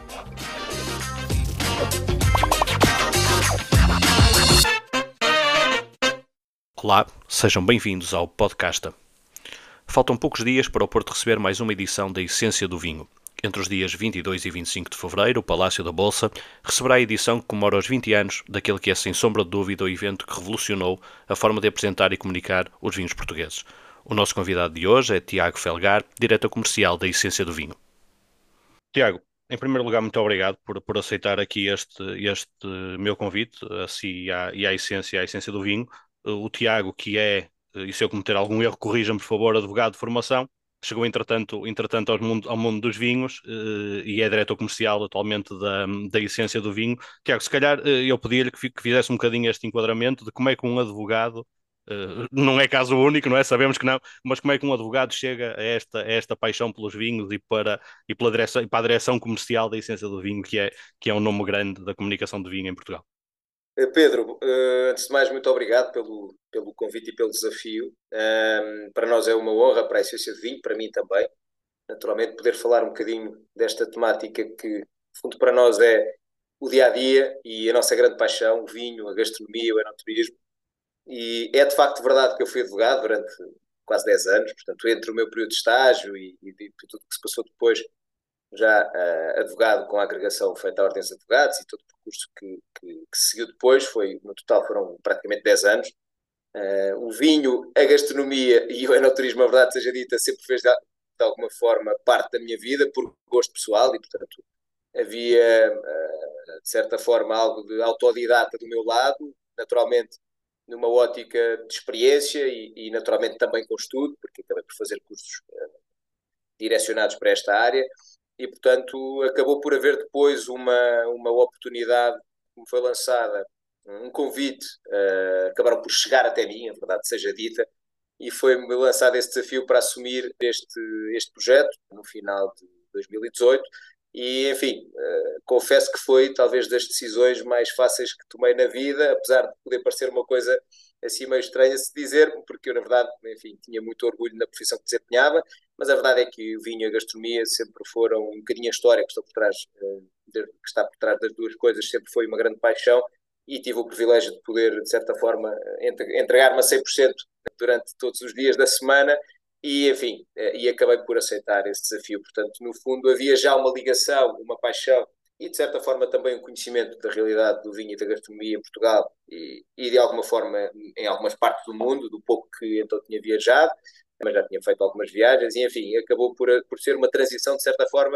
Olá, sejam bem-vindos ao Podcasta. Faltam poucos dias para o Porto receber mais uma edição da Essência do Vinho. Entre os dias 22 e 25 de fevereiro, o Palácio da Bolsa receberá a edição que comemora os 20 anos daquele que é, sem sombra de dúvida, o evento que revolucionou a forma de apresentar e comunicar os vinhos portugueses. O nosso convidado de hoje é Tiago Felgar, diretor comercial da Essência do Vinho. Tiago, em primeiro lugar, muito obrigado por aceitar aqui este meu convite e à Essência do Vinho. O Tiago, que é, e se eu cometer algum erro, corrija-me por favor, advogado de formação, chegou entretanto ao mundo dos vinhos e é diretor comercial atualmente da Essência do Vinho. Tiago, se calhar eu pedia-lhe que fizesse um bocadinho este enquadramento de como é que um advogado, não é caso único, não é? Sabemos que não, mas como é que um advogado chega a esta paixão pelos vinhos e para a direção comercial da Essência do Vinho, que é um nome grande da comunicação de vinho em Portugal. Pedro, antes de mais, muito obrigado pelo convite e pelo desafio. Para nós é uma honra, para a Essência de Vinho, para mim também, naturalmente, poder falar um bocadinho desta temática que, no fundo, para nós é o dia-a-dia e a nossa grande paixão, o vinho, a gastronomia, o enoturismo. E é de facto verdade que eu fui advogado durante quase 10 anos, portanto, entre o meu período de estágio e tudo o que se passou depois, já advogado com a agregação feita à Ordem dos Advogados e todo o percurso que seguiu depois, no total foram praticamente 10 anos. O vinho, a gastronomia e o enoturismo, a verdade seja dita, sempre fez de alguma forma parte da minha vida, por gosto pessoal, e portanto havia de certa forma algo de autodidata do meu lado, naturalmente numa ótica de experiência e naturalmente também com estudo, porque acabei por fazer cursos direcionados para esta área, e portanto acabou por haver depois uma oportunidade que me foi lançada, um convite, acabaram por chegar até mim, a verdade seja dita, e foi-me lançado esse desafio para assumir este projeto no final de 2018 e, enfim, confesso que foi talvez das decisões mais fáceis que tomei na vida, apesar de poder parecer uma coisa assim meio estranha se dizer, porque eu, na verdade, enfim, tinha muito orgulho na profissão que desempenhava, mas a verdade é que o vinho e a gastronomia sempre foram um bocadinho a história que está por trás das duas coisas, sempre foi uma grande paixão e tive o privilégio de poder, de certa forma, entregar-me a 100% durante todos os dias da semana e, enfim, e acabei por aceitar esse desafio. Portanto, no fundo, havia já uma ligação, uma paixão e, de certa forma, também um conhecimento da realidade do vinho e da gastronomia em Portugal e de alguma forma, em algumas partes do mundo, do pouco que então tinha viajado, mas já tinha feito algumas viagens e, enfim, acabou por ser uma transição, de certa forma,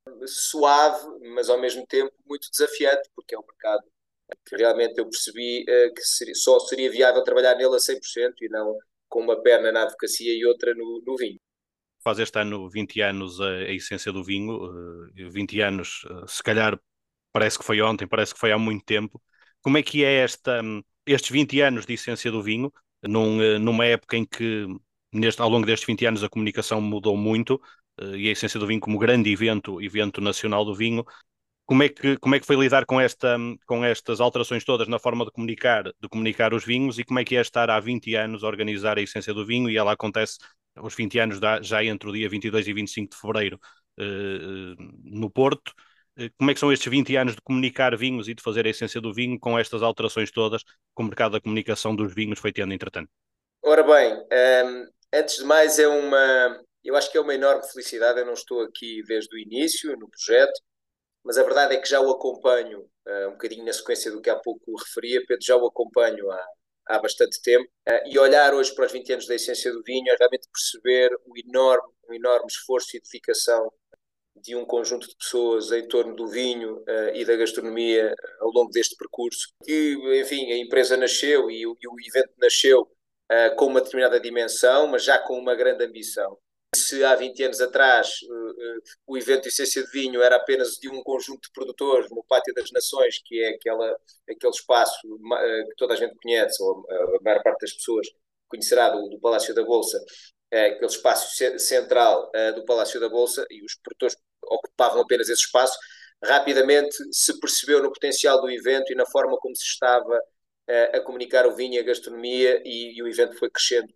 suave, mas ao mesmo tempo muito desafiante, porque é um mercado que realmente eu percebi que só seria viável trabalhar nele a 100% e não com uma perna na advocacia e outra no vinho. Faz este ano 20 anos a Essência do Vinho, 20 anos, se calhar parece que foi ontem, parece que foi há muito tempo. Como é que é estes 20 anos de Essência do Vinho, numa época em que ao longo destes 20 anos a comunicação mudou muito, e a Essência do Vinho como grande evento nacional do vinho, como é que foi lidar com estas alterações todas na forma de comunicar os vinhos e como é que é estar há 20 anos a organizar a Essência do Vinho e ela acontece os 20 anos já entre o dia 22 e 25 de fevereiro no Porto. Como é que são estes 20 anos de comunicar vinhos e de fazer a Essência do Vinho com estas alterações todas que o mercado da comunicação dos vinhos foi tendo entretanto? Ora bem, antes de mais eu acho que é uma enorme felicidade, eu não estou aqui desde o início no projeto, mas a verdade é que já o acompanho, um bocadinho na sequência do que há pouco referia, Pedro, já o acompanho há bastante tempo, e olhar hoje para os 20 anos da Essência do Vinho é realmente perceber um enorme esforço e dedicação de um conjunto de pessoas em torno do vinho e da gastronomia ao longo deste percurso, que, enfim, a empresa nasceu e o evento nasceu com uma determinada dimensão, mas já com uma grande ambição. Se há 20 anos atrás o evento Essência de Vinho era apenas de um conjunto de produtores no Pátio das Nações, que é aquele espaço que toda a gente conhece, ou a maior parte das pessoas conhecerá do Palácio da Bolsa, aquele espaço central do Palácio da Bolsa, e os produtores ocupavam apenas esse espaço, rapidamente se percebeu no potencial do evento e na forma como se estava a comunicar o vinho e a gastronomia, e o evento foi crescendo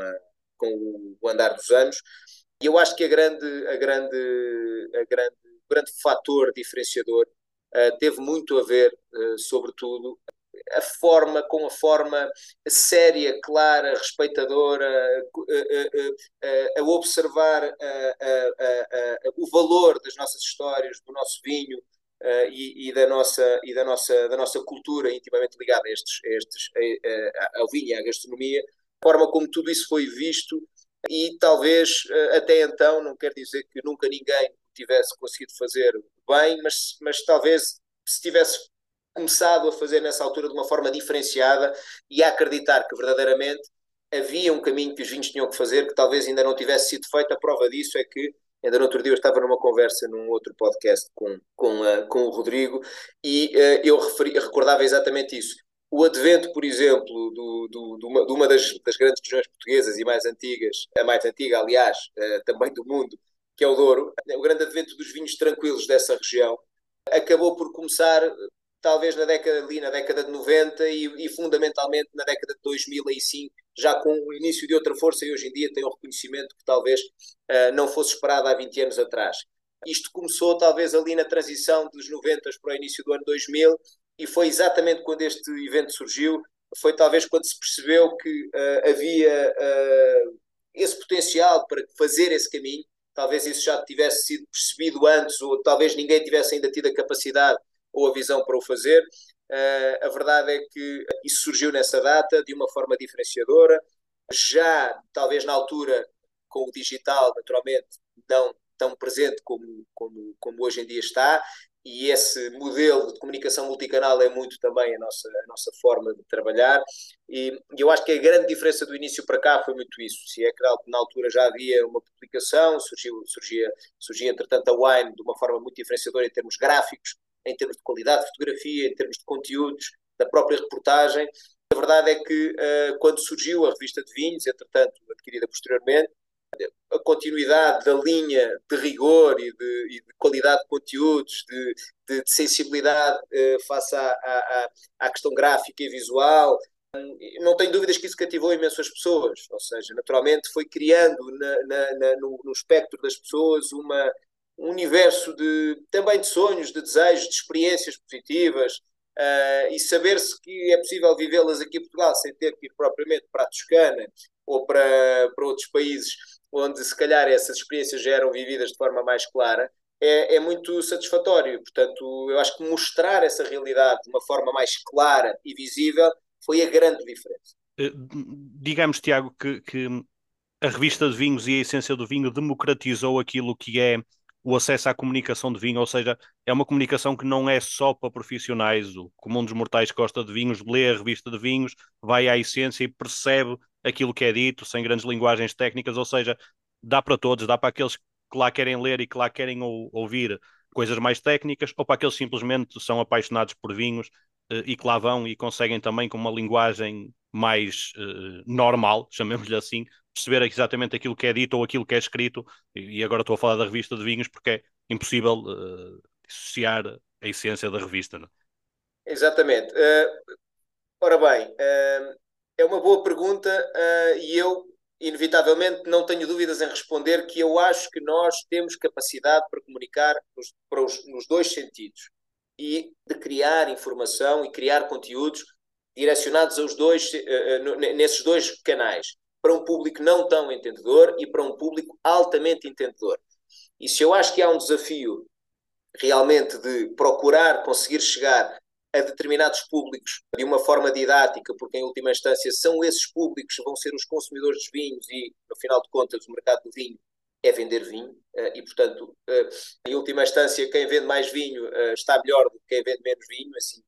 com o andar dos anos. E eu acho que a grande grande fator diferenciador teve muito a ver, sobretudo, com a forma séria, clara, respeitadora, a observar o valor das nossas histórias, do nosso vinho e da nossa cultura intimamente ligada ao vinho e à gastronomia, a forma como tudo isso foi visto e talvez até então, não quer dizer que nunca ninguém tivesse conseguido fazer bem, mas talvez se tivesse começado a fazer nessa altura de uma forma diferenciada e a acreditar que verdadeiramente havia um caminho que os vinhos tinham que fazer, que talvez ainda não tivesse sido feito. A prova disso é que ainda no outro dia eu estava numa conversa num outro podcast com o Rodrigo e eu recordava exatamente isso. O advento, por exemplo, de uma das grandes regiões portuguesas e mais antigas, a mais antiga, aliás, também do mundo, que é o Douro, o grande advento dos vinhos tranquilos dessa região, acabou por começar talvez na década de 90 e fundamentalmente na década de 2000 aí sim, já com o início de outra força e hoje em dia tem um reconhecimento que talvez não fosse esperado há 20 anos atrás. Isto começou talvez ali na transição dos 90 para o início do ano 2000 e foi exatamente quando este evento surgiu, foi talvez quando se percebeu que havia esse potencial para fazer esse caminho. Talvez isso já tivesse sido percebido antes ou talvez ninguém tivesse ainda tido a capacidade ou a visão para o fazer. A verdade é que isso surgiu nessa data de uma forma diferenciadora, já talvez na altura com o digital, naturalmente, não tão presente como hoje em dia está, e esse modelo de comunicação multicanal é muito também a nossa forma de trabalhar, e eu acho que a grande diferença do início para cá foi muito isso. Se é que na altura já havia uma publicação, surgia entretanto a Wine de uma forma muito diferenciadora em termos gráficos, em termos de qualidade de fotografia, em termos de conteúdos, da própria reportagem. A verdade é que quando surgiu a revista de vinhos, entretanto adquirida posteriormente, a continuidade da linha de rigor e de qualidade de conteúdos, de sensibilidade face à questão gráfica e visual, não tenho dúvidas que isso cativou imenso as pessoas, ou seja, naturalmente foi criando no espectro das pessoas um universo também de sonhos, de desejos, de experiências positivas, e saber-se que é possível vivê-las aqui em Portugal sem ter que ir propriamente para a Toscana ou para outros países onde se calhar essas experiências já eram vividas de forma mais clara, é muito satisfatório. Portanto, eu acho que mostrar essa realidade de uma forma mais clara e visível foi a grande diferença. Digamos, Tiago, que a revista de vinhos e a essência do vinho democratizou aquilo que é o acesso à comunicação de vinho, ou seja, é uma comunicação que não é só para profissionais. O comum dos mortais que gosta de vinhos, lê a revista de vinhos, vai à essência e percebe aquilo que é dito, sem grandes linguagens técnicas, ou seja, dá para todos, dá para aqueles que lá querem ler e que lá querem ouvir coisas mais técnicas, ou para aqueles que simplesmente são apaixonados por vinhos e que lá vão e conseguem também com uma linguagem mais normal, chamemos-lhe assim, perceber exatamente aquilo que é dito ou aquilo que é escrito, e agora estou a falar da revista de vinhos porque é impossível dissociar a essência da revista. Não? Exatamente. Ora bem, é uma boa pergunta e eu, inevitavelmente, não tenho dúvidas em responder que eu acho que nós temos capacidade para comunicar nos dois sentidos e de criar informação e criar conteúdos direcionados nesses dois canais, para um público não tão entendedor e para um público altamente entendedor. E se eu acho que há um desafio realmente de procurar conseguir chegar a determinados públicos de uma forma didática, porque em última instância são esses públicos que vão ser os consumidores dos vinhos e, no final de contas, o mercado do vinho é vender vinho e, portanto, em última instância, quem vende mais vinho está melhor do que quem vende menos vinho. Assim,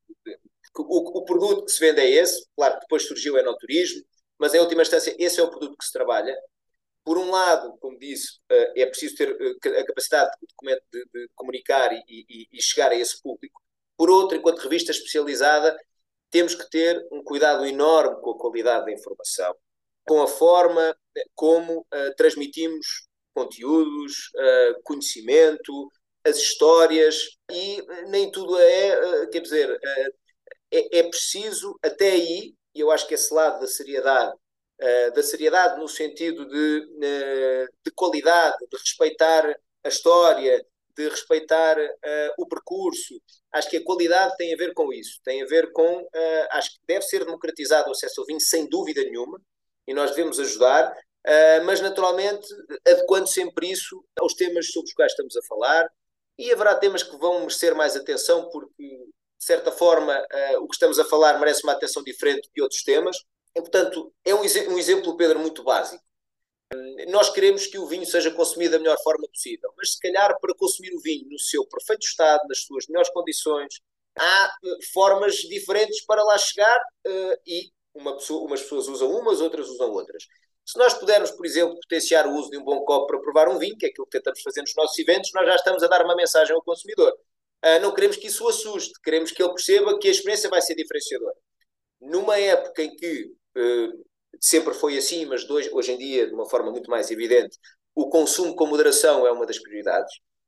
o produto que se vende é esse, claro que depois surgiu o enoturismo, mas em última instância esse é o produto que se trabalha. Por um lado, como disse, é preciso ter a capacidade de comunicar e chegar a esse público. Por outro, enquanto revista especializada, temos que ter um cuidado enorme com a qualidade da informação, com a forma como transmitimos conteúdos, conhecimento, as histórias, e nem tudo quer dizer, é preciso até aí, e eu acho que esse lado da seriedade no sentido de qualidade, de respeitar a história, de respeitar o percurso. Acho que a qualidade tem a ver com isso, tem a ver com, acho que deve ser democratizado o acesso ao vinho, sem dúvida nenhuma, e nós devemos ajudar, mas naturalmente adequando sempre isso aos temas sobre os quais estamos a falar, e haverá temas que vão merecer mais atenção, porque de certa forma o que estamos a falar merece uma atenção diferente de outros temas, e portanto é um exemplo, Pedro, muito básico. Nós queremos que o vinho seja consumido da melhor forma possível, mas se calhar para consumir o vinho no seu perfeito estado, nas suas melhores condições, há formas diferentes para lá chegar e umas pessoas usam umas, outras usam outras. Se nós pudermos, por exemplo, potenciar o uso de um bom copo para provar um vinho, que é aquilo que tentamos fazer nos nossos eventos, nós já estamos a dar uma mensagem ao consumidor. Não queremos que isso o assuste, queremos que ele perceba que a experiência vai ser diferenciadora. Numa época em que sempre foi assim, mas hoje em dia, de uma forma muito mais evidente, o consumo com moderação é uma das prioridades.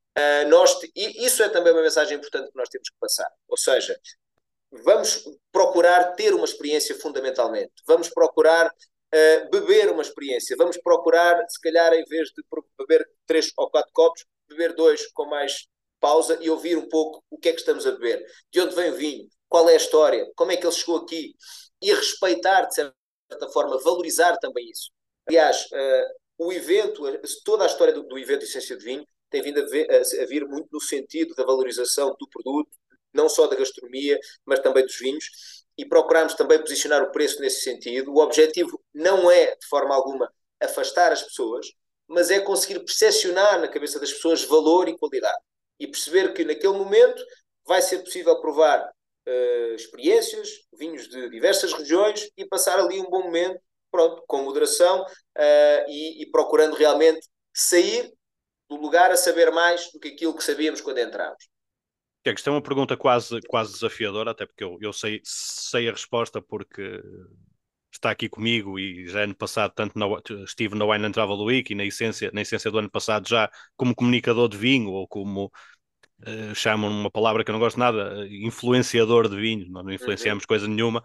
E isso é também uma mensagem importante que nós temos que passar. Ou seja, vamos procurar ter uma experiência fundamentalmente. Vamos procurar beber uma experiência. Vamos procurar, se calhar, em vez de beber 3 ou 4 copos, beber 2 com mais pausa e ouvir um pouco o que é que estamos a beber. De onde vem o vinho? Qual é a história? Como é que ele chegou aqui? E respeitar, de certa forma, valorizar também isso. Aliás, o evento, toda a história do evento Essência de Vinho tem vindo a vir muito no sentido da valorização do produto, não só da gastronomia, mas também dos vinhos, e procuramos também posicionar o preço nesse sentido. O objetivo não é, de forma alguma, afastar as pessoas, mas é conseguir percepcionar na cabeça das pessoas valor e qualidade. E perceber que naquele momento vai ser possível provar experiências, vinhos de diversas regiões e passar ali um bom momento, pronto, com moderação e procurando realmente sair do lugar a saber mais do que aquilo que sabíamos quando entramos. Isto é uma pergunta quase desafiadora, até porque eu sei a resposta porque está aqui comigo e já ano passado estive na Wine and Travel Week e na essência do ano passado já como comunicador de vinho ou como chamam uma palavra que eu não gosto nada, influenciador de vinho, não influenciamos coisa nenhuma,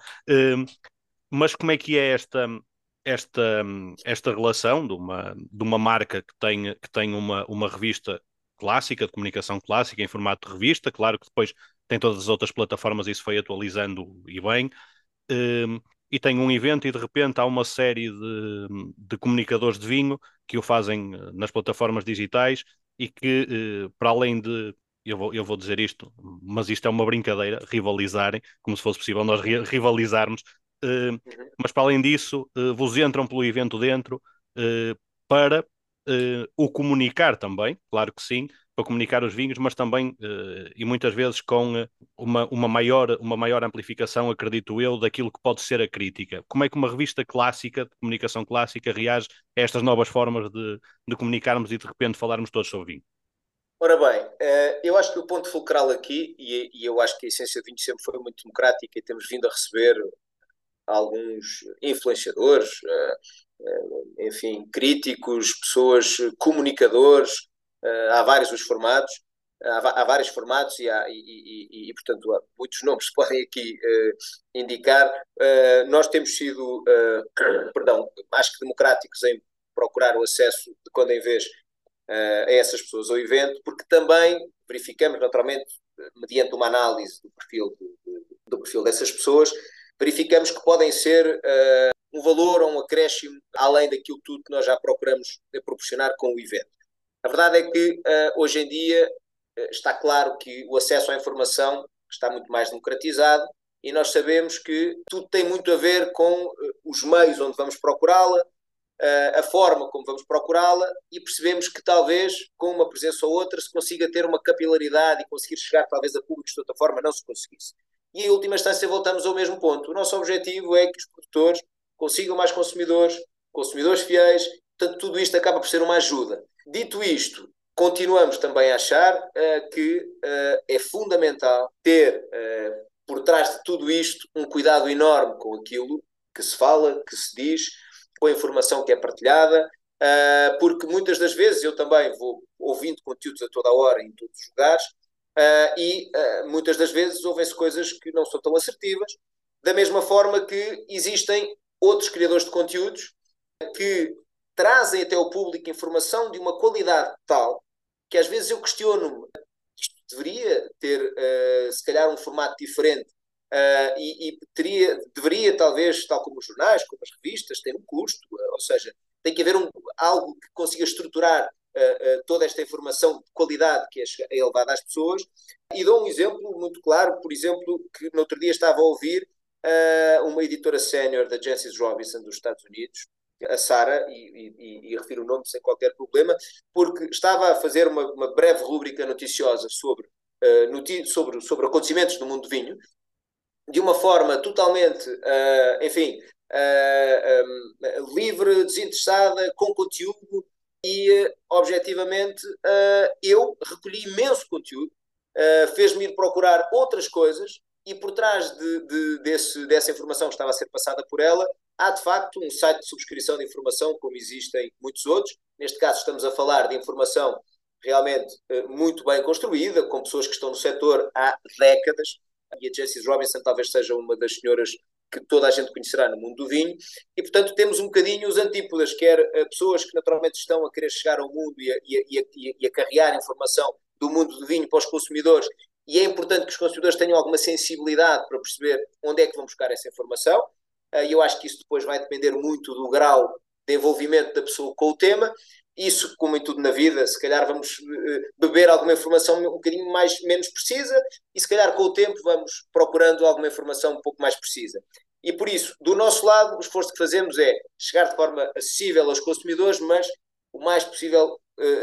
mas como é que é esta, esta relação de uma marca que tem uma revista clássica, de comunicação clássica, em formato de revista, claro que depois tem todas as outras plataformas e isso foi atualizando e bem, e tem um evento e de repente há uma série de comunicadores de vinho que o fazem nas plataformas digitais e que, para além de eu vou dizer isto, mas isto é uma brincadeira, rivalizarem, como se fosse possível nós rivalizarmos, mas para além disso, vos entram pelo evento dentro para o comunicar também, claro que sim, para comunicar os vinhos, mas também, e muitas vezes com uma maior amplificação, acredito eu, daquilo que pode ser a crítica. Como é que uma revista clássica, de comunicação clássica, reage a estas novas formas de comunicarmos e de repente falarmos todos sobre vinho? Ora bem, eu acho que o ponto fulcral aqui, e eu acho que a Essência de Vinho sempre foi muito democrática e temos vindo a receber alguns influenciadores, enfim, críticos, pessoas, comunicadores, há vários os formatos, há vários formatos portanto, há muitos nomes que podem aqui indicar. Nós temos sido, perdão, acho que democráticos em procurar o acesso de quando em vez a essas pessoas ao evento, porque também verificamos, naturalmente, mediante uma análise do perfil dessas pessoas, verificamos que podem ser um valor ou um acréscimo além daquilo tudo que nós já procuramos proporcionar com o evento. A verdade é que hoje em dia está claro que o acesso à informação está muito mais democratizado e nós sabemos que tudo tem muito a ver com os meios onde vamos procurá-la, a forma como vamos procurá-la e percebemos que talvez com uma presença ou outra se consiga ter uma capilaridade e conseguir chegar talvez a públicos de outra forma não se conseguisse. E em última instância voltamos ao mesmo ponto. O nosso objetivo é que os produtores consigam mais consumidores, consumidores fiéis, portanto tudo isto acaba por ser uma ajuda. Dito isto, continuamos também a achar que é fundamental ter por trás de tudo isto um cuidado enorme com aquilo que se fala, que se diz, com a informação que é partilhada, porque muitas das vezes eu também vou ouvindo conteúdos a toda a hora em todos os lugares muitas das vezes ouvem-se coisas que não são tão assertivas, da mesma forma que existem outros criadores de conteúdos que trazem até ao público informação de uma qualidade tal que às vezes eu questiono-me, isto deveria ter, se calhar, um formato diferente, e deveria, talvez, tal como os jornais, como as revistas, ter um custo, ou seja, tem que haver algo que consiga estruturar toda esta informação de qualidade que é elevada às pessoas. E dou um exemplo muito claro, por exemplo, que no outro dia estava a ouvir uma editora sénior da Jancis Robinson dos Estados Unidos, a Sara, e refiro o nome sem qualquer problema, porque estava a fazer uma breve rúbrica noticiosa sobre acontecimentos do mundo do vinho, de uma forma totalmente, enfim, livre, desinteressada, com conteúdo, e objetivamente eu recolhi imenso conteúdo, fez-me ir procurar outras coisas, e por trás dessa informação que estava a ser passada por ela, há de facto um site de subscrição de informação, como existem muitos outros. Neste caso estamos a falar de informação realmente muito bem construída, com pessoas que estão no setor há décadas, e a Jancis Robinson talvez seja uma das senhoras que toda a gente conhecerá no mundo do vinho, e portanto temos um bocadinho os antípodas, quer pessoas que naturalmente estão a querer chegar ao mundo e a carregar informação do mundo do vinho para os consumidores, e é importante que os consumidores tenham alguma sensibilidade para perceber onde é que vão buscar essa informação, e eu acho que isso depois vai depender muito do grau de envolvimento da pessoa com o tema. Isso, como em tudo na vida, se calhar vamos beber alguma informação um bocadinho menos precisa, e se calhar com o tempo vamos procurando alguma informação um pouco mais precisa. E por isso, do nosso lado, o esforço que fazemos é chegar de forma acessível aos consumidores, mas o mais possível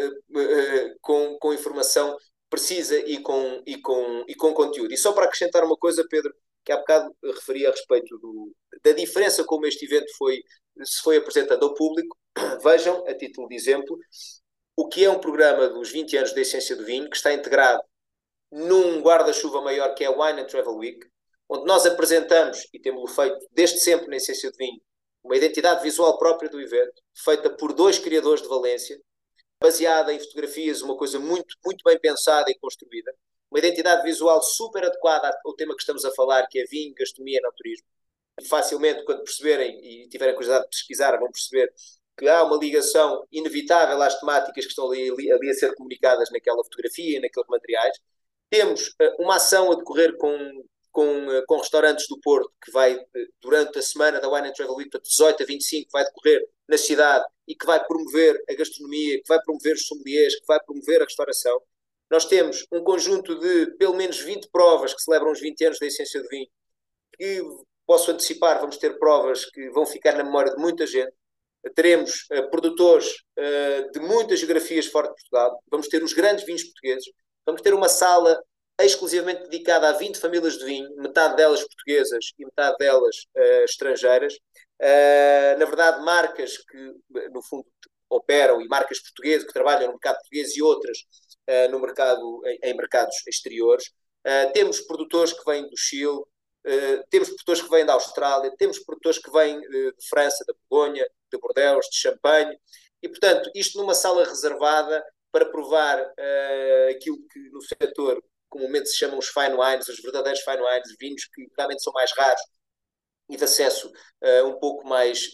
com informação precisa e com conteúdo. E só para acrescentar uma coisa, Pedro, que há bocado referi a respeito da diferença como este evento se foi apresentado ao público. Vejam, a título de exemplo, o que é um programa dos 20 anos da Essência do Vinho, que está integrado num guarda-chuva maior que é a Wine and Travel Week, onde nós apresentamos, e temos-lo feito desde sempre na Essência do Vinho, uma identidade visual própria do evento, feita por 2 criadores de Valência, baseada em fotografias, uma coisa muito, muito bem pensada e construída, uma identidade visual super adequada ao tema que estamos a falar, que é vinho, gastronomia e naturismo. E facilmente, quando perceberem e tiverem curiosidade de pesquisar, vão perceber que há uma ligação inevitável às temáticas que estão ali a ser comunicadas naquela fotografia e naqueles materiais. Temos uma ação a decorrer com restaurantes do Porto, que vai, durante a semana da Wine and Travel Week, de 18 a 25, vai decorrer na cidade, e que vai promover a gastronomia, que vai promover os sommeliers, que vai promover a restauração. Nós temos um conjunto de pelo menos 20 provas que celebram os 20 anos da Essência do Vinho, que posso antecipar, vamos ter provas que vão ficar na memória de muita gente. Teremos produtores de muitas geografias fora de Portugal, vamos ter os grandes vinhos portugueses, vamos ter uma sala exclusivamente dedicada a 20 famílias de vinho, metade delas portuguesas e metade delas estrangeiras. Na verdade, marcas que, no fundo, operam, e marcas portuguesas que trabalham no mercado português e outras no mercado, em mercados exteriores. Temos produtores que vêm do Chile, temos produtores que vêm da Austrália, temos produtores que vêm de França, da Borgonha, de Bordeaux, de Champagne, e portanto isto numa sala reservada para provar aquilo que no setor comumente se chamam os fine wines, os verdadeiros fine wines, vinhos que realmente são mais raros e de acesso um pouco mais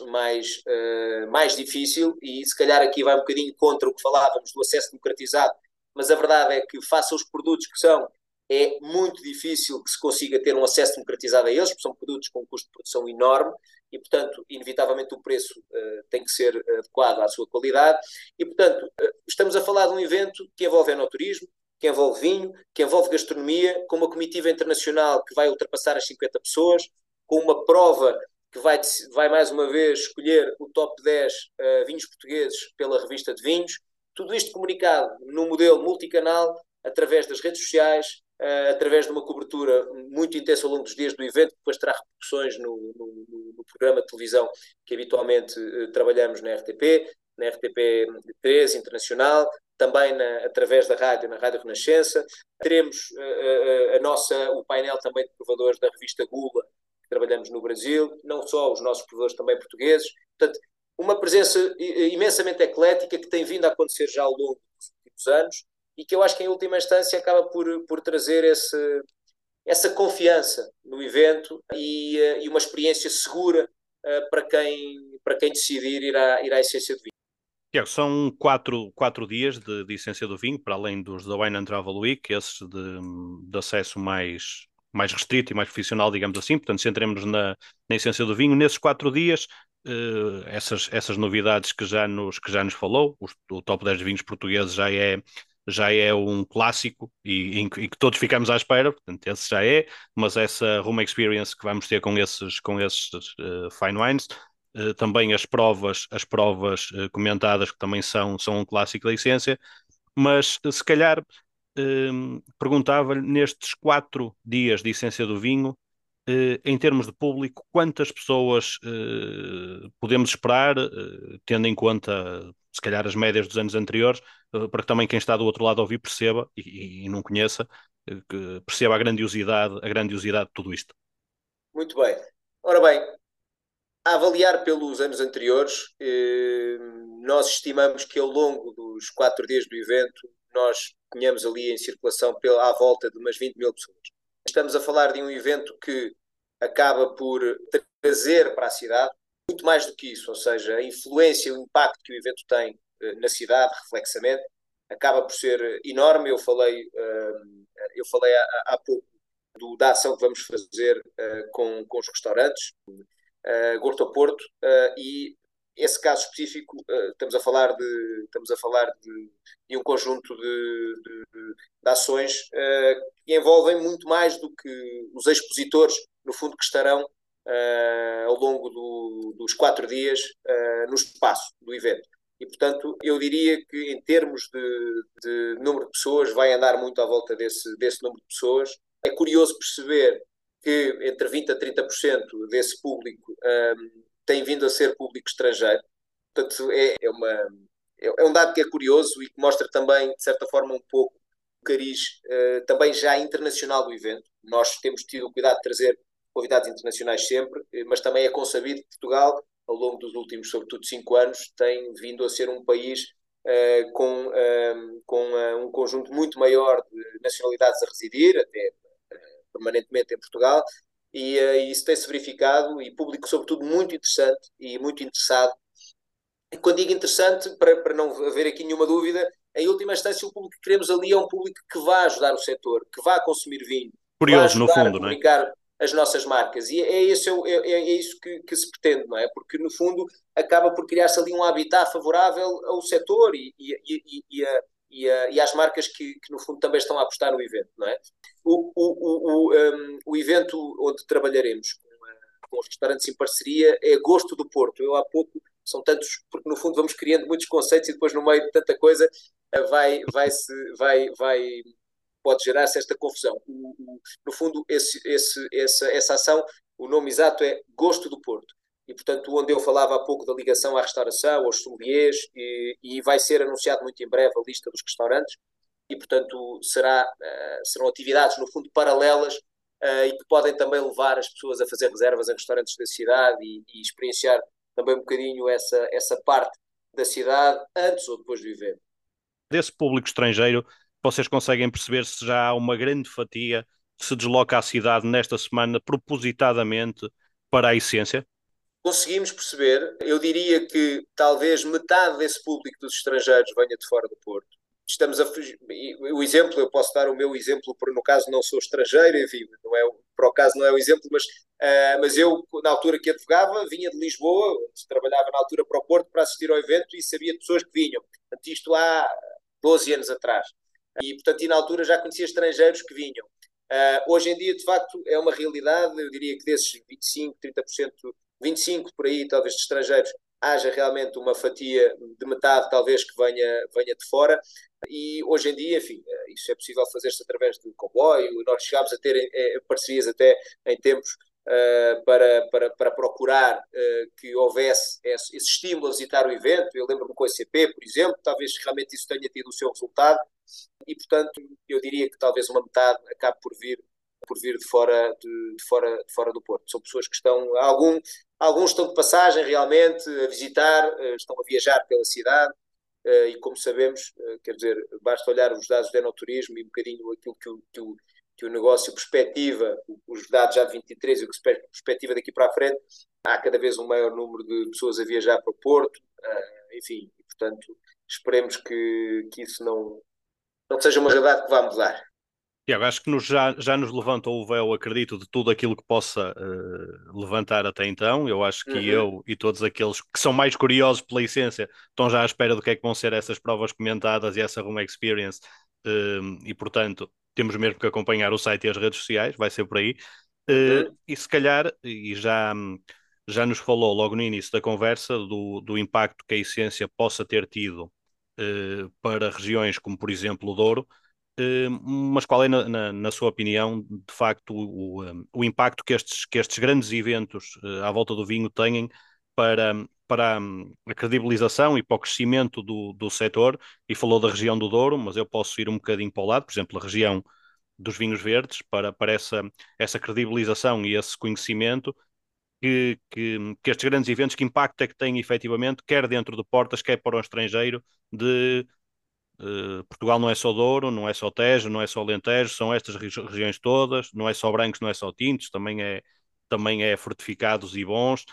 difícil, e se calhar aqui vai um bocadinho contra o que falávamos do acesso democratizado, mas a verdade é que face aos produtos que são, é muito difícil que se consiga ter um acesso democratizado a eles, porque são produtos com um custo de produção enorme, e portanto, inevitavelmente o preço tem que ser adequado à sua qualidade, e portanto, estamos a falar de um evento que envolve enoturismo, que envolve vinho, que envolve gastronomia, com uma comitiva internacional que vai ultrapassar as 50 pessoas, com uma prova que vai mais uma vez escolher o top 10 vinhos portugueses pela revista de vinhos, tudo isto comunicado num modelo multicanal, através das redes sociais, através de uma cobertura muito intensa ao longo dos dias do evento, que depois terá repercussões no programa de televisão que habitualmente trabalhamos na RTP, na RTP3 Internacional, também através da rádio, na Rádio Renascença. Teremos o painel também de provadores da revista Gula, que trabalhamos no Brasil, não só os nossos provadores também portugueses. Portanto, uma presença imensamente eclética que tem vindo a acontecer já ao longo dos últimos anos, e que eu acho que em última instância acaba por trazer essa confiança no evento e uma experiência segura para quem decidir ir à Essência do Vinho. Tiago, são quatro dias de Essência do Vinho, para além dos da Wine and Travel Week, esses de acesso mais restrito e mais profissional, digamos assim. Portanto, centremos na Essência do Vinho. Nesses 4 dias, essas novidades que já nos falou, o Top 10 vinhos portugueses já é um clássico e que todos ficamos à espera, portanto, esse já é, mas essa Room Experience que vamos ter com esses fine wines, também as provas comentadas, que também são um clássico da essência, mas se calhar perguntava-lhe, nestes 4 dias de essência do vinho, em termos de público, quantas pessoas podemos esperar, tendo em conta, se calhar, as médias dos anos anteriores, para que também quem está do outro lado a ouvir perceba e não conheça, que perceba a grandiosidade de tudo isto. Muito bem. Ora bem, a avaliar pelos anos anteriores, nós estimamos que ao longo dos 4 dias do evento nós tínhamos ali em circulação à volta de umas 20 mil pessoas. Estamos a falar de um evento que acaba por trazer para a cidade muito mais do que isso, ou seja, a influência, o impacto que o evento tem na cidade, reflexamente, acaba por ser enorme. Eu falei há pouco da ação que vamos fazer com os restaurantes, Gorto Porto, e esse caso específico, estamos a falar de um conjunto de ações que envolvem muito mais do que os expositores, no fundo, que estarão ao longo dos 4 dias no espaço do evento. E, portanto, eu diria que em termos de número de pessoas, vai andar muito à volta desse número de pessoas. É curioso perceber que entre 20% a 30% desse público tem vindo a ser público estrangeiro. Portanto, é um dado que é curioso e que mostra também, de certa forma, um pouco o cariz também já internacional do evento. Nós temos tido o cuidado de trazer convidados internacionais sempre, mas também é consabido que Portugal, ao longo dos últimos, sobretudo, 5 anos, tem vindo a ser um país com um conjunto muito maior de nacionalidades a residir, até permanentemente em Portugal, e isso tem-se verificado, e público, sobretudo, muito interessante e muito interessado. E quando digo interessante, para não haver aqui nenhuma dúvida, em última instância, o público que queremos ali é um público que vai ajudar o setor, que vai consumir vinho, que vai Curioso, no ajudar a fundo, não é? comunicar as nossas marcas. E é isso que se pretende, não é? Porque, no fundo, acaba por criar-se ali um habitat favorável ao setor e às marcas que, no fundo, também estão a apostar no evento, não é? O evento onde trabalharemos com os restaurantes em parceria é Gosto do Porto. Eu há pouco, são tantos, porque no fundo vamos criando muitos conceitos e depois no meio de tanta coisa pode gerar-se esta confusão. No fundo, essa ação, o nome exato é Gosto do Porto. E, portanto, onde eu falava há pouco da ligação à restauração, aos sommeliers, e vai ser anunciado muito em breve a lista dos restaurantes, e, portanto, serão atividades, no fundo, paralelas e que podem também levar as pessoas a fazer reservas em restaurantes da cidade e experienciar também um bocadinho essa parte da cidade antes ou depois do evento. Desse público estrangeiro, vocês conseguem perceber se já há uma grande fatia que se desloca à cidade nesta semana propositadamente para a essência? Conseguimos perceber, eu diria que talvez metade desse público dos estrangeiros venha de fora do Porto. Estamos a o exemplo, eu posso dar o meu exemplo, porque no caso não sou estrangeiro, enfim, não é, para o caso não é o exemplo, mas eu, na altura que advogava, vinha de Lisboa, trabalhava na altura para o Porto para assistir ao evento e sabia de pessoas que vinham. Portanto, isto há 12 anos atrás. E, portanto, na altura já conhecia estrangeiros que vinham. Hoje em dia, de facto, é uma realidade, eu diria que desses 25, 30%, 25% por aí, talvez, de estrangeiros, haja realmente uma fatia de metade, talvez, que venha de fora. E hoje em dia, enfim, isso é possível fazer-se através do comboio. Nós chegámos a ter parcerias até em tempos para procurar que houvesse esse estímulo a visitar o evento. Eu lembro-me com a ECP, por exemplo, talvez realmente isso tenha tido o seu resultado. E, portanto, eu diria que talvez uma metade acabe por vir de fora do Porto. São pessoas que estão, alguns estão de passagem realmente a visitar, estão a viajar pela cidade, e como sabemos, quer dizer, basta olhar os dados do enoturismo e um bocadinho aquilo que o negócio perspectiva, os dados já de 23 e o que se perspectiva daqui para a frente, há cada vez um maior número de pessoas a viajar para o Porto, enfim, portanto, esperemos que isso não seja uma realidade que vá mudar. Tiago, acho que já nos levantou o véu, acredito, de tudo aquilo que possa levantar até então. Eu acho que Uhum. eu e todos aqueles que são mais curiosos pela essência estão já à espera do que é que vão ser essas provas comentadas e essa Room Experience. E, portanto, temos mesmo que acompanhar o site e as redes sociais, vai ser por aí. Uhum. E se calhar, já nos falou logo no início da conversa do impacto que a essência possa ter tido para regiões como, por exemplo, o Douro. Mas qual é, na sua opinião, de facto, o impacto que estes grandes eventos à volta do vinho têm para a credibilização e para o crescimento do setor? E falou da região do Douro, mas eu posso ir um bocadinho para o lado, por exemplo, a região dos vinhos verdes, para essa credibilização e esse conhecimento que estes grandes eventos, que impacto é que têm efetivamente, quer dentro de portas, quer para o estrangeiro, de Portugal não é só Douro, não é só Tejo, não é só Alentejo, são estas regiões todas, não é só brancos, não é só tintos, também é fortificados e bons.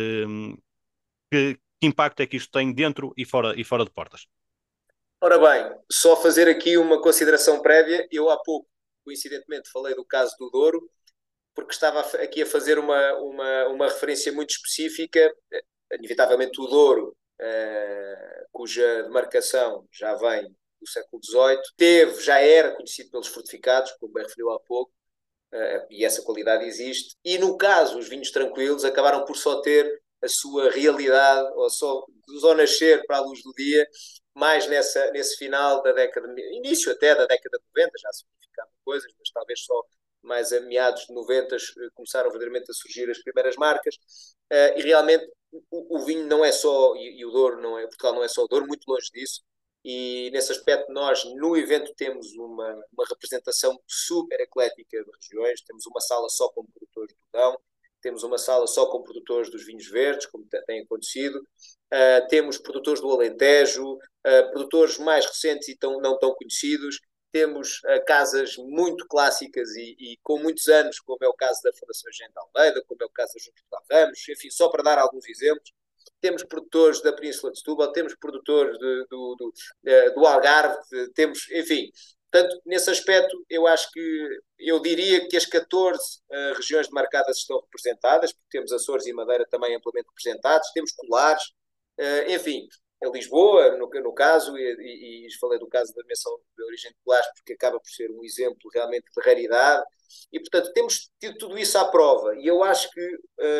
Que impacto é que isto tem dentro e fora de portas? Ora bem, só fazer aqui uma consideração prévia. Eu há pouco, coincidentemente, falei do caso do Douro, porque estava aqui a fazer uma referência muito específica, inevitavelmente o Douro, cuja demarcação já vem do século XVIII, já era conhecido pelos fortificados, como bem referiu há pouco, e essa qualidade existe. E no caso, os vinhos tranquilos acabaram por só ter a sua realidade, ou só nascer para a luz do dia, mais nesse final da década, início até da década de 90, já se verificavam coisas, mas talvez só mais a meados de 90 começaram verdadeiramente a surgir as primeiras marcas, e realmente o vinho não é só, e o Douro não é, Portugal não é só o Douro, muito longe disso, e nesse aspecto nós no evento temos uma representação super eclética de regiões, temos uma sala só com produtores do Dão, temos uma sala só com produtores dos vinhos verdes, como tem acontecido, temos produtores do Alentejo, produtores mais recentes e não tão conhecidos, temos casas muito clássicas e com muitos anos, como é o caso da Fundação Engenho de Almeida, como é o caso da Junta de Ramos, enfim, só para dar alguns exemplos. Temos produtores da Península de Setúbal, temos produtores do Algarve, temos, enfim. Portanto, nesse aspecto, eu diria que as 14 regiões demarcadas estão representadas, porque temos Açores e Madeira também amplamente representados, temos Colares, enfim, em Lisboa, no caso, e falei do caso da menção de origem de Colares, porque acaba por ser um exemplo realmente de raridade, e portanto temos tido tudo isso à prova, e eu acho que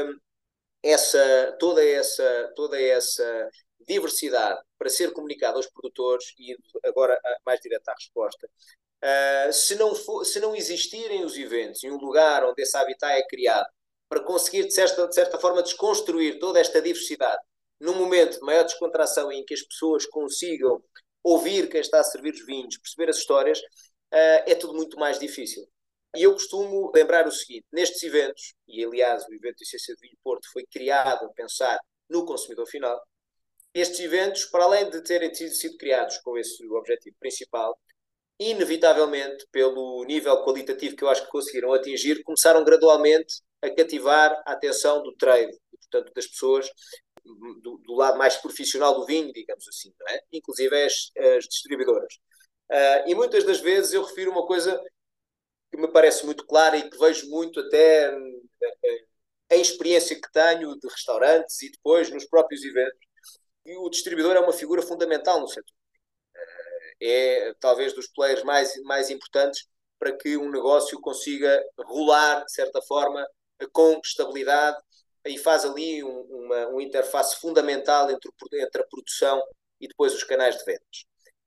toda essa diversidade para ser comunicada aos produtores, e agora mais direto à resposta, se não existirem os eventos em um lugar onde esse habitat é criado, para conseguir, de certa forma, desconstruir toda esta diversidade, num momento de maior descontração em que as pessoas consigam ouvir quem está a servir os vinhos, perceber as histórias, é tudo muito mais difícil. E eu costumo lembrar o seguinte: nestes eventos, e aliás o evento de Essência de Vinho Porto foi criado a pensar no consumidor final, estes eventos, para além de terem sido criados com esse objetivo principal, inevitavelmente, pelo nível qualitativo que eu acho que conseguiram atingir, começaram gradualmente a cativar a atenção do trade, e, portanto, das pessoas do lado mais profissional do vinho, digamos assim, não é? Inclusive as distribuidoras. E muitas das vezes eu refiro uma coisa que me parece muito clara e que vejo muito até em experiência que tenho de restaurantes e depois nos próprios eventos. E o distribuidor é uma figura fundamental no setor. É talvez dos players mais importantes para que um negócio consiga rolar, de certa forma, com estabilidade, e faz ali uma interface fundamental entre a produção e depois os canais de vendas.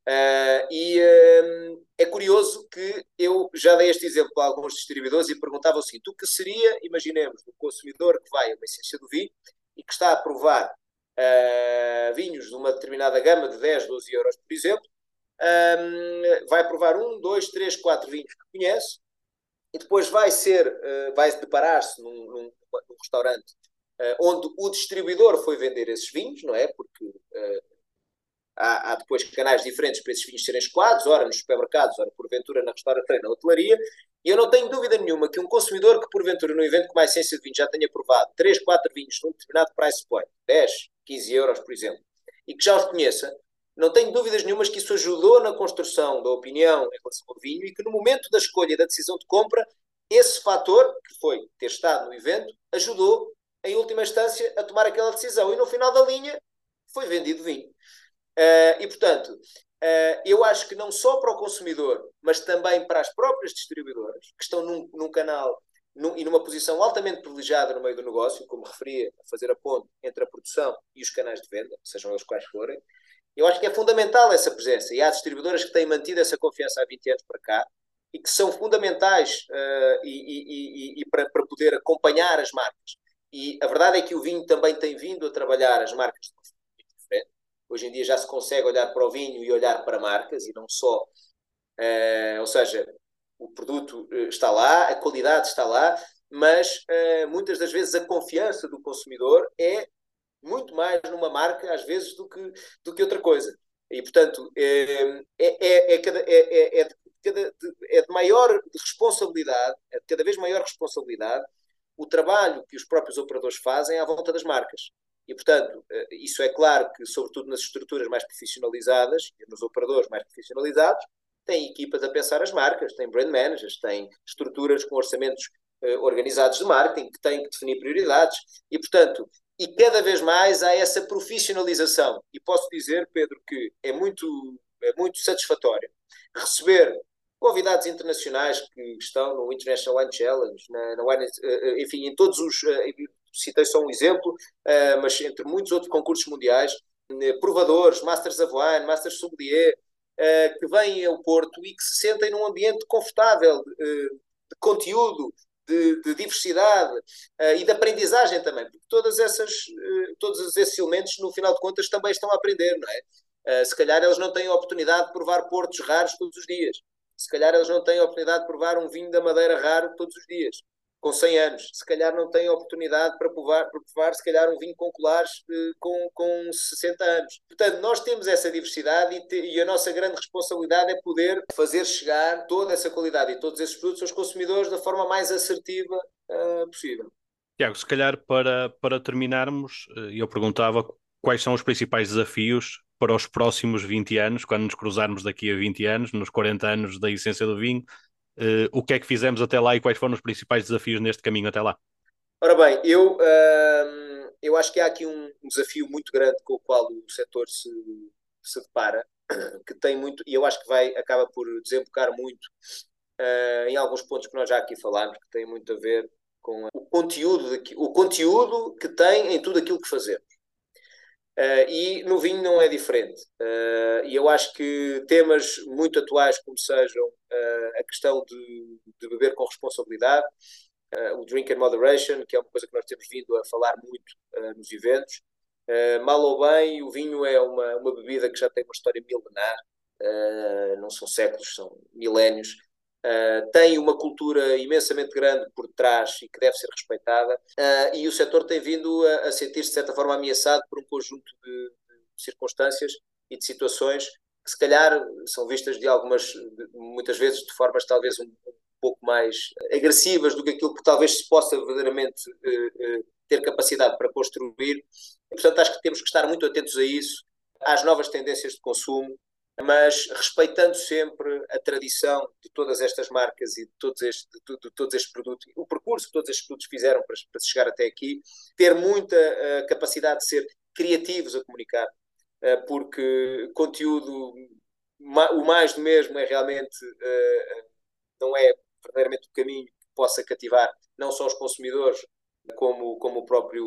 É curioso que eu já dei este exemplo a alguns distribuidores e perguntava o seguinte: o que seria, imaginemos, um consumidor que vai a uma essência do vinho e que está a provar vinhos de uma determinada gama de 10, 12 euros, por exemplo, vai provar 1, 2, 3, 4 vinhos que conhece e depois vai deparar-se num restaurante onde o distribuidor foi vender esses vinhos, não é? Porque há depois canais diferentes para esses vinhos serem escoados, ora nos supermercados, ora porventura na restauração, na hotelaria, e eu não tenho dúvida nenhuma que um consumidor que porventura no evento com mais essência de vinho já tenha provado 3, 4 vinhos num determinado price point, 10, 15 euros, por exemplo, e que já os conheça, não tenho dúvidas nenhumas que isso ajudou na construção da opinião em relação ao vinho e que no momento da escolha e da decisão de compra, esse fator, que foi ter estado no evento, ajudou, em última instância, a tomar aquela decisão. E no final da linha, foi vendido vinho. E, portanto, eu acho que não só para o consumidor, mas também para as próprias distribuidoras, que estão num canal e numa posição altamente privilegiada no meio do negócio, como referia, a fazer a ponte entre a produção e os canais de venda, sejam eles quais forem, eu acho que é fundamental essa presença. E há distribuidoras que têm mantido essa confiança há 20 anos para cá e que são fundamentais para poder acompanhar as marcas. E a verdade é que o vinho também tem vindo a trabalhar as marcas de uma forma muito diferente. Hoje em dia já se consegue olhar para o vinho e olhar para marcas e não só... ou seja, o produto está lá, a qualidade está lá, mas muitas das vezes a confiança do consumidor é muito mais numa marca, às vezes, do que outra coisa. E, portanto, é de maior responsabilidade, é de cada vez maior responsabilidade o trabalho que os próprios operadores fazem à volta das marcas. E, portanto, isso é claro que, sobretudo nas estruturas mais profissionalizadas, e nos operadores mais profissionalizados, têm equipas a pensar as marcas, têm brand managers, têm estruturas com orçamentos organizados de marketing, que têm que definir prioridades. E, portanto, e cada vez mais há essa profissionalização. E posso dizer, Pedro, que é muito satisfatório receber convidados internacionais que estão no International Wine Challenge, enfim, em todos os... citei só um exemplo, mas entre muitos outros concursos mundiais, provadores, Masters of Wine, Masters Sommelier, que vêm ao Porto e que se sentem num ambiente confortável de conteúdo, de diversidade e de aprendizagem também, porque todos esses elementos, no final de contas, também estão a aprender, não é? Se calhar eles não têm a oportunidade de provar portos raros todos os dias. Se calhar eles não têm a oportunidade de provar um vinho da Madeira raro todos os dias, com 100 anos. Se calhar não têm a oportunidade para provar se calhar, um vinho com colares com 60 anos. Portanto, nós temos essa diversidade e a nossa grande responsabilidade é poder fazer chegar toda essa qualidade e todos esses produtos aos consumidores da forma mais assertiva possível. Tiago, se calhar para terminarmos, eu perguntava quais são os principais desafios para os próximos 20 anos, quando nos cruzarmos daqui a 20 anos, nos 40 anos da essência do vinho, o que é que fizemos até lá e quais foram os principais desafios neste caminho até lá? Ora bem, eu acho que há aqui um desafio muito grande com o qual o setor se depara, que tem muito, e eu acho que acaba por desembocar muito em alguns pontos que nós já aqui falámos, que tem muito a ver com o conteúdo que tem em tudo aquilo que fazemos. E no vinho não é diferente. E eu acho que temas muito atuais, como sejam a questão de beber com responsabilidade, o drink in moderation, que é uma coisa que nós temos vindo a falar muito nos eventos. Mal ou bem, o vinho é uma bebida que já tem uma história milenar, não são séculos, são milénios. Tem uma cultura imensamente grande por trás e que deve ser respeitada, e o setor tem vindo a sentir-se de certa forma ameaçado por um conjunto de circunstâncias e de situações que se calhar são vistas muitas vezes de formas talvez um pouco mais agressivas do que aquilo que talvez se possa verdadeiramente ter capacidade para construir. E, portanto, acho que temos que estar muito atentos a isso, às novas tendências de consumo, mas respeitando sempre a tradição de todas estas marcas e de todos estes produtos, o percurso que todos estes produtos fizeram para chegar até aqui, ter muita capacidade de ser criativos a comunicar, porque conteúdo, o mais do mesmo é realmente, não é verdadeiramente o caminho que possa cativar não só os consumidores, como a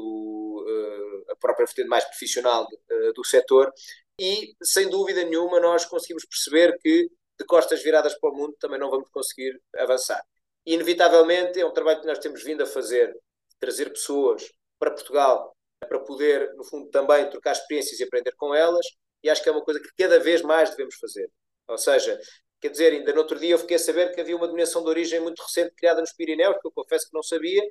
própria vertente mais profissional do setor. E, sem dúvida nenhuma, nós conseguimos perceber que de costas viradas para o mundo também não vamos conseguir avançar. E, inevitavelmente, é um trabalho que nós temos vindo a fazer, trazer pessoas para Portugal, para poder, no fundo, também trocar experiências e aprender com elas, e acho que é uma coisa que cada vez mais devemos fazer. Ou seja, quer dizer, ainda no outro dia eu fiquei a saber que havia uma denominação de origem muito recente criada nos Pirineus, que eu confesso que não sabia,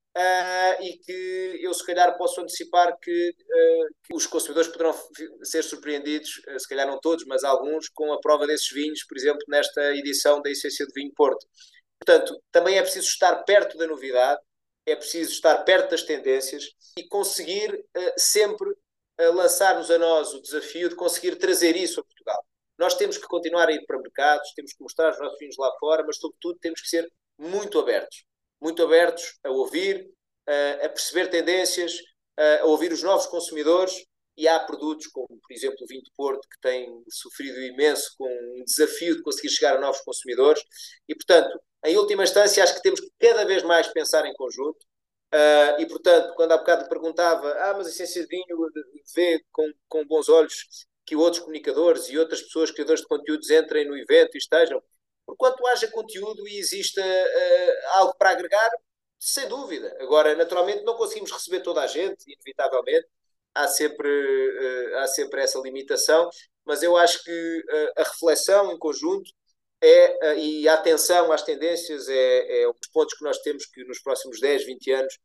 e que eu se calhar posso antecipar que os consumidores poderão ser surpreendidos, se calhar não todos, mas alguns, com a prova desses vinhos, por exemplo, nesta edição da Essência do Vinho Porto. Portanto, também é preciso estar perto da novidade, é preciso estar perto das tendências e conseguir sempre lançar-nos a nós o desafio de conseguir trazer isso a Portugal. Nós temos que continuar a ir para mercados, temos que mostrar os nossos vinhos lá fora, mas, sobretudo, temos que ser muito abertos a ouvir, a perceber tendências, a ouvir os novos consumidores. E há produtos como, por exemplo, o vinho de Porto, que tem sofrido imenso com um desafio de conseguir chegar a novos consumidores. E, portanto, em última instância, acho que temos que cada vez mais pensar em conjunto. E, portanto, quando há bocado me perguntava, mas a Essência de Vinho vê com bons olhos que outros comunicadores e outras pessoas, criadores de conteúdos, entrem no evento e estejam. Porquanto haja conteúdo e exista algo para agregar, sem dúvida. Agora, naturalmente, não conseguimos receber toda a gente, inevitavelmente. Há sempre essa limitação, mas eu acho que a reflexão em conjunto e a atenção às tendências é um dos pontos que nós temos que nos próximos 10, 20 anos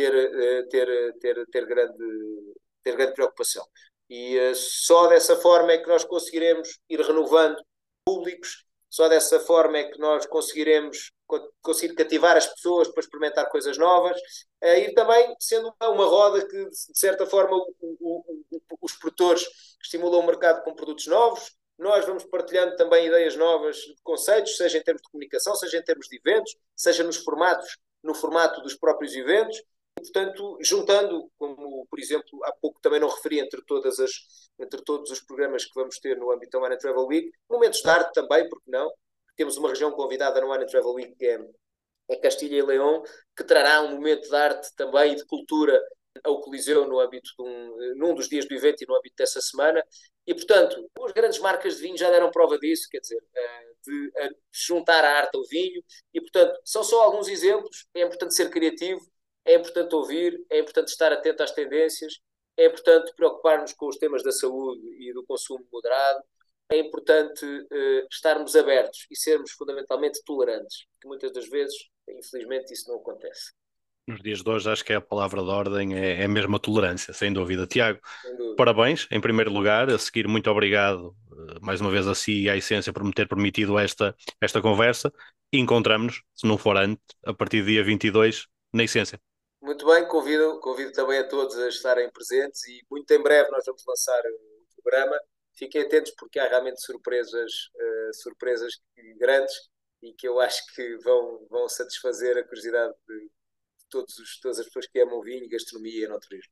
ter grande preocupação. E só dessa forma é que nós conseguiremos ir renovando públicos, só dessa forma é que nós conseguir cativar as pessoas para experimentar coisas novas, e também sendo uma roda que, de certa forma, os produtores estimulam o mercado com produtos novos. Nós vamos partilhando também ideias novas de conceitos, seja em termos de comunicação, seja em termos de eventos, seja no formato dos próprios eventos. E, portanto, juntando, como, por exemplo, há pouco também não referi, entre todos os programas que vamos ter no âmbito da Wine and Travel Week, momentos de arte também, porque não? Temos uma região convidada no Wine and Travel Week, que é Castilha e León, que trará um momento de arte também e de cultura ao Coliseu no âmbito num dos dias do evento e no âmbito dessa semana. E, portanto, as grandes marcas de vinho já deram prova disso, quer dizer, de juntar a arte ao vinho. E, portanto, são só alguns exemplos. É importante ser criativo, é importante ouvir, é importante estar atento às tendências, é importante preocupar-nos com os temas da saúde e do consumo moderado, é importante estarmos abertos e sermos fundamentalmente tolerantes, que muitas das vezes, infelizmente, isso não acontece. Nos dias de hoje acho que a palavra de ordem é mesmo a tolerância, sem dúvida. Tiago, Sem dúvida. parabéns, em primeiro lugar. A seguir, muito obrigado mais uma vez a si e à Essência por me ter permitido esta conversa. E encontramos-nos, se não for antes, a partir do dia 22, na Essência. Muito bem, convido também a todos a estarem presentes e muito em breve nós vamos lançar o programa. Fiquem atentos porque há realmente surpresas grandes e que eu acho que vão satisfazer a curiosidade de todas as pessoas que amam vinho, gastronomia e enoturismo.